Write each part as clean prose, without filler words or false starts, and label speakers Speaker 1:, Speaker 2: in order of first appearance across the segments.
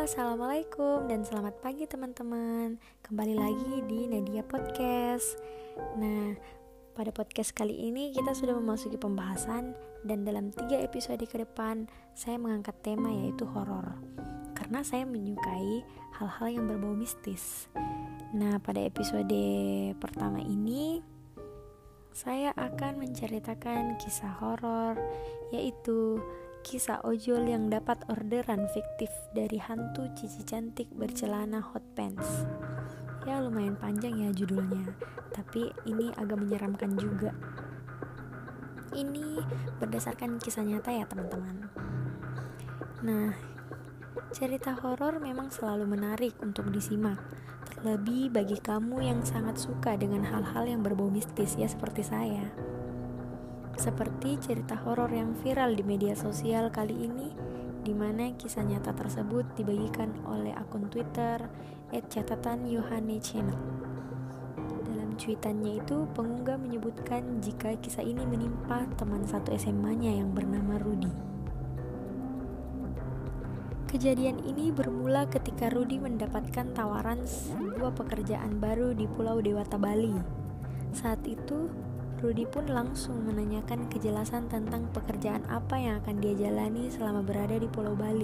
Speaker 1: Assalamualaikum dan selamat pagi teman-teman. Kembali lagi di Nadia Podcast. Nah, pada podcast kali ini kita sudah memasuki pembahasan. Dan dalam 3 episode ke depan saya mengangkat tema yaitu horor, karena saya menyukai hal-hal yang berbau mistis. Nah, pada episode pertama ini saya akan menceritakan kisah horor, yaitu kisah ojol yang dapat orderan fiktif dari hantu cici cantik bercelana hot pants. Ya, lumayan panjang ya judulnya, tapi ini agak menyeramkan juga. Ini berdasarkan kisah nyata ya teman-teman. Nah, cerita horor memang selalu menarik untuk disimak, terlebih bagi kamu yang sangat suka dengan hal-hal yang berbau mistis ya, seperti saya. Seperti cerita horor yang viral di media sosial kali ini, di mana kisah nyata tersebut dibagikan oleh akun Twitter @catatanyohane_channel. Dalam cuitannya itu, pengunggah menyebutkan jika kisah ini menimpa teman satu SMA-nya yang bernama Rudy. Kejadian ini bermula ketika Rudy mendapatkan tawaran sebuah pekerjaan baru di Pulau Dewata, Bali. Saat itu, Rudy pun langsung menanyakan kejelasan tentang pekerjaan apa yang akan dia jalani selama berada di Pulau Bali.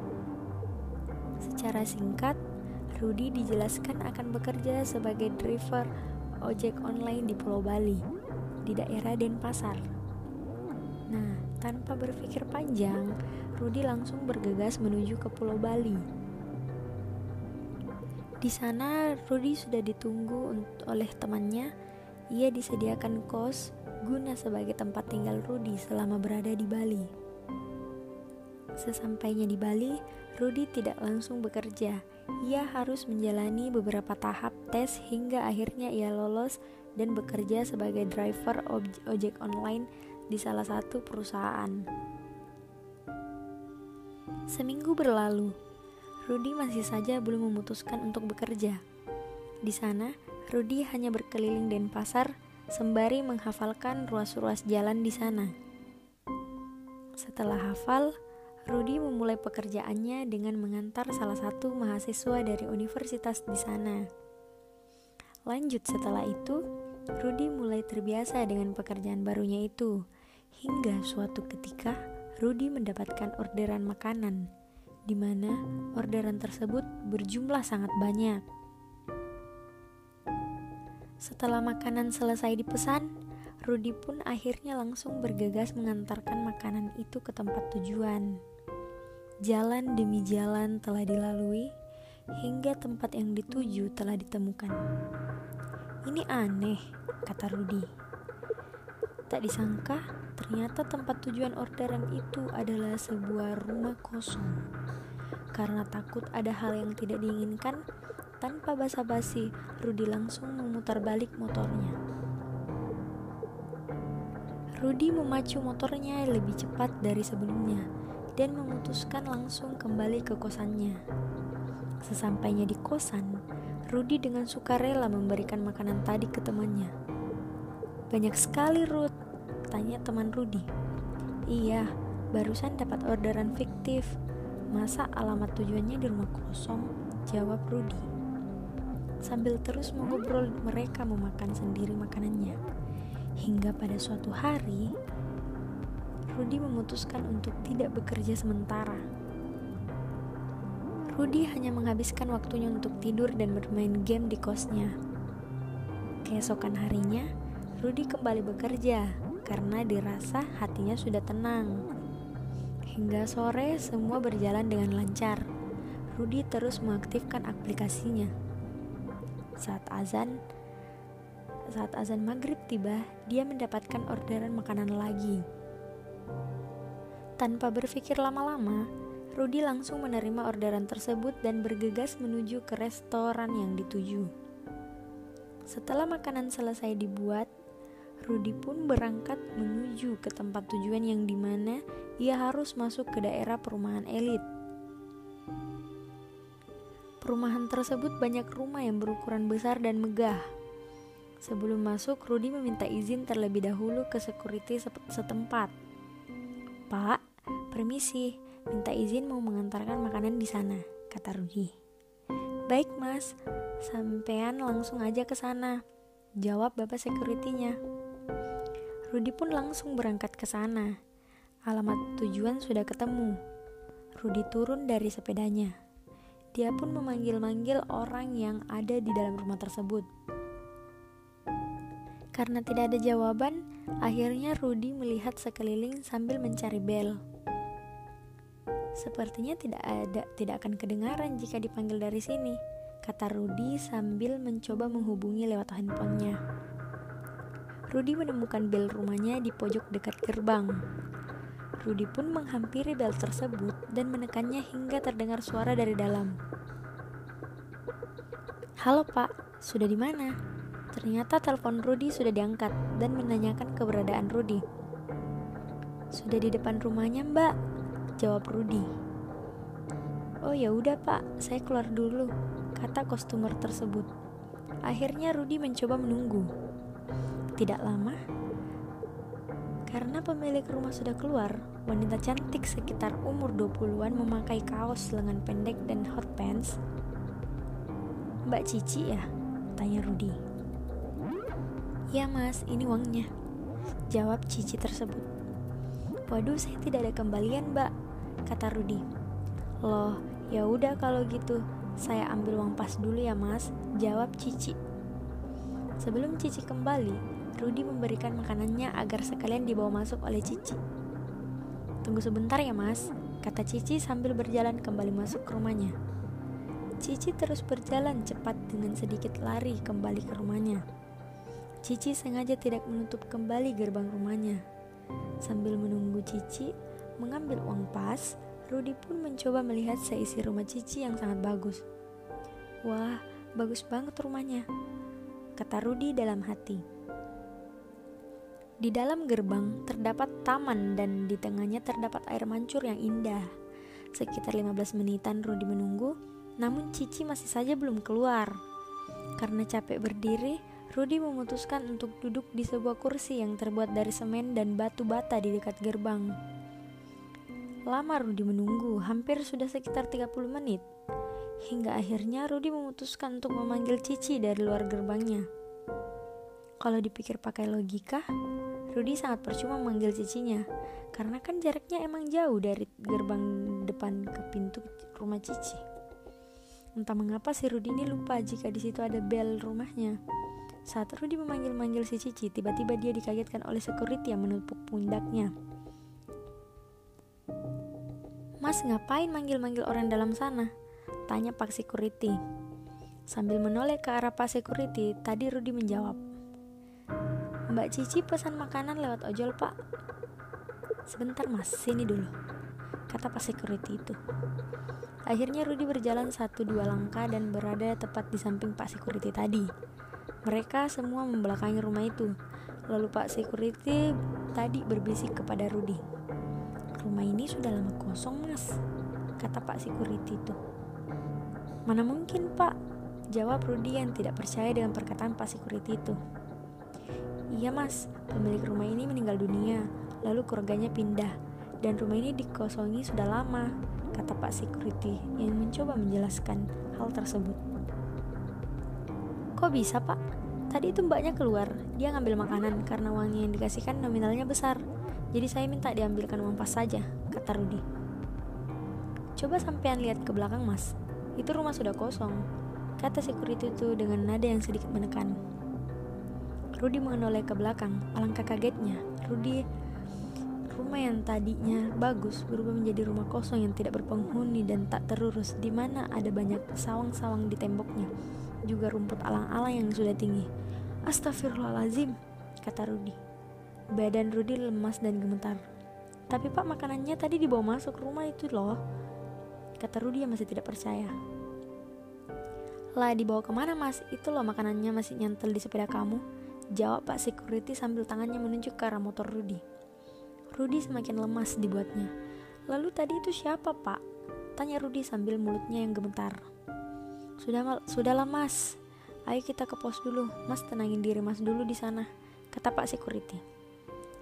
Speaker 1: Secara singkat, Rudy dijelaskan akan bekerja sebagai driver ojek online di Pulau Bali, di daerah Denpasar. Nah, tanpa berpikir panjang, Rudy langsung bergegas menuju ke Pulau Bali. Di sana, Rudy sudah ditunggu oleh temannya. Ia disediakan kos guna sebagai tempat tinggal Rudy selama berada di Bali. Sesampainya di Bali, Rudy tidak langsung bekerja. Ia harus menjalani beberapa tahap tes hingga akhirnya ia lolos dan bekerja sebagai driver ojek online di salah satu perusahaan. Seminggu berlalu, Rudy masih saja belum memutuskan untuk bekerja. Di sana, Rudy hanya berkeliling Denpasar sembari menghafalkan ruas-ruas jalan di sana. Setelah hafal, Rudy memulai pekerjaannya dengan mengantar salah satu mahasiswa dari universitas di sana. Lanjut setelah itu, Rudy mulai terbiasa dengan pekerjaan barunya itu, hingga suatu ketika Rudy mendapatkan orderan makanan, di mana orderan tersebut berjumlah sangat banyak. Setelah makanan selesai dipesan, Rudy pun akhirnya langsung bergegas mengantarkan makanan itu ke tempat tujuan. Jalan demi jalan telah dilalui, hingga tempat yang dituju telah ditemukan. "Ini aneh," kata Rudy. Tak disangka, ternyata tempat tujuan orderan itu adalah sebuah rumah kosong. Karena takut ada hal yang tidak diinginkan, tanpa basa-basi, Rudy langsung memutar balik motornya. Rudy memacu motornya lebih cepat dari sebelumnya dan memutuskan langsung kembali ke kosannya. Sesampainya di kosan, Rudy dengan sukarela memberikan makanan tadi ke temannya. "Banyak sekali, Rud," tanya teman Rudy. "Iya, barusan dapat orderan fiktif. Masa alamat tujuannya di rumah kosong?" jawab Rudy. Sambil terus mengobrol, mereka memakan sendiri makanannya. Hingga pada suatu hari, Rudy memutuskan untuk tidak bekerja sementara. Rudy hanya menghabiskan waktunya untuk tidur dan bermain game di kosnya. Keesokan harinya, Rudy kembali bekerja karena dirasa hatinya sudah tenang. Hingga sore, semua berjalan dengan lancar. Rudy terus mengaktifkan aplikasinya. Saat azan maghrib tiba, dia mendapatkan orderan makanan lagi. Tanpa berpikir lama-lama, Rudy langsung menerima orderan tersebut dan bergegas menuju ke restoran yang dituju. Setelah makanan selesai dibuat, Rudy pun berangkat menuju ke tempat tujuan yang dimana ia harus masuk ke daerah perumahan elit. Perumahan tersebut banyak rumah yang berukuran besar dan megah. Sebelum masuk, Rudy meminta izin terlebih dahulu ke security setempat. "Pak, permisi, minta izin mau mengantarkan makanan di sana," kata Rudi. Baik mas, sampean langsung aja ke sana, jawab bapak security-nya. Rudi pun langsung berangkat ke sana. Alamat tujuan sudah ketemu. Rudi turun dari sepedanya. Dia pun memanggil-manggil orang yang ada di dalam rumah tersebut. Karena tidak ada jawaban, akhirnya Rudi melihat sekeliling sambil mencari bel. Sepertinya tidak akan kedengaran jika dipanggil dari sini, kata Rudi sambil mencoba menghubungi lewat handphonenya. Rudi menemukan bel rumahnya di pojok dekat gerbang. Rudi pun menghampiri bel tersebut dan menekannya hingga terdengar suara dari dalam. Halo pak, sudah di mana? Ternyata telepon Rudi sudah diangkat dan menanyakan keberadaan Rudi. Sudah di depan rumahnya mbak, jawab Rudi. Oh ya udah pak, saya keluar dulu, kata customer tersebut. Akhirnya Rudi mencoba menunggu. Tidak lama, karena pemilik rumah sudah keluar, wanita cantik sekitar umur 20-an memakai kaos lengan pendek dan hot pants. Mbak Cici ya? Tanya Rudi. Ya mas, ini uangnya, jawab Cici tersebut. Waduh, saya tidak ada kembalian mbak, kata Rudi. Loh, ya udah kalau gitu, saya ambil uang pas dulu ya mas, jawab Cici. Sebelum Cici kembali, Rudi memberikan makanannya agar sekalian dibawa masuk oleh Cici. Tunggu sebentar ya mas, kata Cici sambil berjalan kembali masuk ke rumahnya. Cici terus berjalan cepat dengan sedikit lari kembali ke rumahnya. Cici sengaja tidak menutup kembali gerbang rumahnya. Sambil menunggu Cici mengambil uang pas, Rudi pun mencoba melihat seisi rumah Cici yang sangat bagus. Wah, bagus banget rumahnya, kata Rudi dalam hati. Di dalam gerbang terdapat taman dan di tengahnya terdapat air mancur yang indah. Sekitar 15 menitan Rudi menunggu, namun Cici masih saja belum keluar. Karena capek berdiri, Rudi memutuskan untuk duduk di sebuah kursi yang terbuat dari semen dan batu bata di dekat gerbang. Lama Rudi menunggu, hampir sudah sekitar 30 menit. Hingga akhirnya Rudi memutuskan untuk memanggil Cici dari luar gerbangnya. Kalau dipikir pakai logika, Rudi sangat percuma memanggil Cicinya, karena kan jaraknya emang jauh dari gerbang depan ke pintu rumah Cici. Entah mengapa si Rudi ini lupa jika di situ ada bel rumahnya. Saat Rudi memanggil-manggil si Cici, tiba-tiba dia dikagetkan oleh security yang menepuk pundaknya. Mas ngapain manggil-manggil orang dalam sana? Tanya Pak Security. Sambil menoleh ke arah Pak Security, tadi Rudi menjawab. Mbak Cici pesan makanan lewat ojol pak. Sebentar mas, sini dulu, kata Pak Security itu. Akhirnya Rudi berjalan 1-2 langkah dan berada tepat di samping Pak Security tadi. Mereka semua membelakangi rumah itu. Lalu Pak Security tadi berbisik kepada Rudi. Rumah ini sudah lama kosong mas, kata Pak Security itu. Mana mungkin pak, jawab Rudi yang tidak percaya dengan perkataan Pak Security itu. Iya mas, pemilik rumah ini meninggal dunia, lalu keluarganya pindah, dan rumah ini dikosongi sudah lama, kata Pak Security yang mencoba menjelaskan hal tersebut. Kok bisa pak? Tadi itu mbaknya keluar, dia ngambil makanan karena uangnya yang dikasihkan nominalnya besar, jadi saya minta diambilkan uang pas saja, kata Rudi. Coba sampean lihat ke belakang mas, itu rumah sudah kosong, kata security itu dengan nada yang sedikit menekan. Rudi menoleh ke belakang, alangkah kagetnya. Rumah yang tadinya bagus berubah menjadi rumah kosong yang tidak berpenghuni dan tak terurus, di mana ada banyak sawang-sawang di temboknya, juga rumput alang-alang yang sudah tinggi. Astagfirullahalazim, kata Rudi. Badan Rudi lemas dan gemetar. Tapi pak, makanannya tadi dibawa masuk rumah itu loh, kata Rudi yang masih tidak percaya. Lah, dibawa kemana mas? Itu loh makanannya masih nyantel di sepeda kamu, jawab Pak Security sambil tangannya menunjuk ke arah motor Rudi. Rudi semakin lemas dibuatnya. Lalu tadi itu siapa pak? Tanya Rudi sambil mulutnya yang gemetar. Sudahlah mas, ayo kita ke pos dulu. Mas tenangin diri mas dulu di sana, kata Pak Security.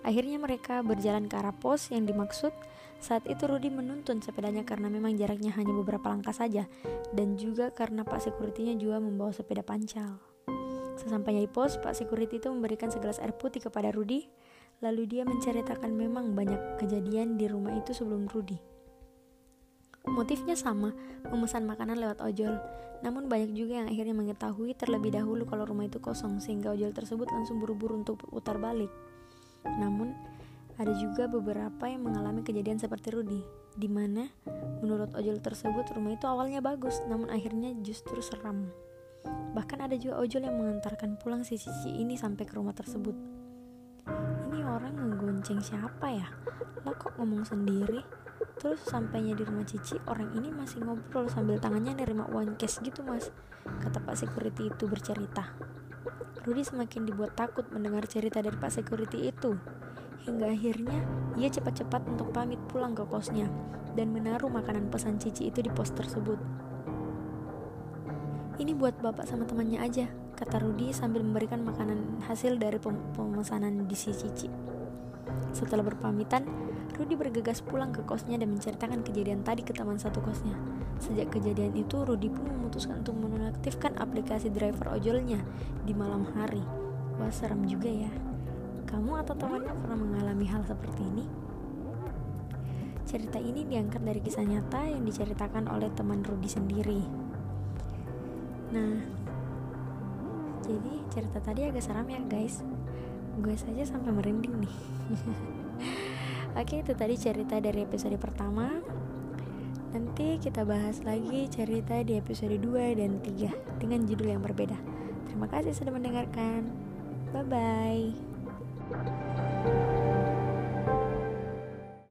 Speaker 1: Akhirnya mereka berjalan ke arah pos yang dimaksud. Saat itu Rudy menuntun sepedanya karena memang jaraknya hanya beberapa langkah saja, dan juga karena Pak Security-nya juga membawa sepeda pancal. Sesampainya di pos, Pak Security itu memberikan segelas air putih kepada Rudy. Lalu dia menceritakan memang banyak kejadian di rumah itu sebelum Rudy. Motifnya sama, memesan makanan lewat ojol. Namun banyak juga yang akhirnya mengetahui terlebih dahulu kalau rumah itu kosong, sehingga ojol tersebut langsung buru-buru untuk putar balik. Namun ada juga beberapa yang mengalami kejadian seperti Rudy, di mana menurut ojol tersebut rumah itu awalnya bagus, namun akhirnya justru seram. Bahkan ada juga ojol yang mengantarkan pulang si Cici ini sampai ke rumah tersebut. Ini orang ngegonceng siapa ya? Lah kok ngomong sendiri? Terus sampainya di rumah Cici, orang ini masih ngobrol sambil tangannya nerima uang cash gitu mas, kata Pak Security itu bercerita. Rudy semakin dibuat takut mendengar cerita dari Pak Security itu, hingga akhirnya ia cepat-cepat untuk pamit pulang ke kosnya dan menaruh makanan pesan Cici itu di pos tersebut. Ini buat bapak sama temannya aja, kata Rudy sambil memberikan makanan hasil dari pemesanan di si Cici. Setelah berpamitan, Rudy bergegas pulang ke kosnya dan menceritakan kejadian tadi ke teman satu kosnya. Sejak kejadian itu, Rudy pun memutuskan untuk menonaktifkan aplikasi driver ojolnya di malam hari. Wah, seram juga ya. Kamu atau temannya pernah mengalami hal seperti ini? Cerita ini diangkat dari kisah nyata yang diceritakan oleh teman Rudy sendiri. Nah, jadi cerita tadi agak seram ya guys. Gue saja sampai merinding nih. Oke, itu tadi cerita dari episode pertama. Nanti kita bahas lagi cerita di episode 2 dan 3 dengan judul yang berbeda. Terima kasih sudah mendengarkan. Bye-bye.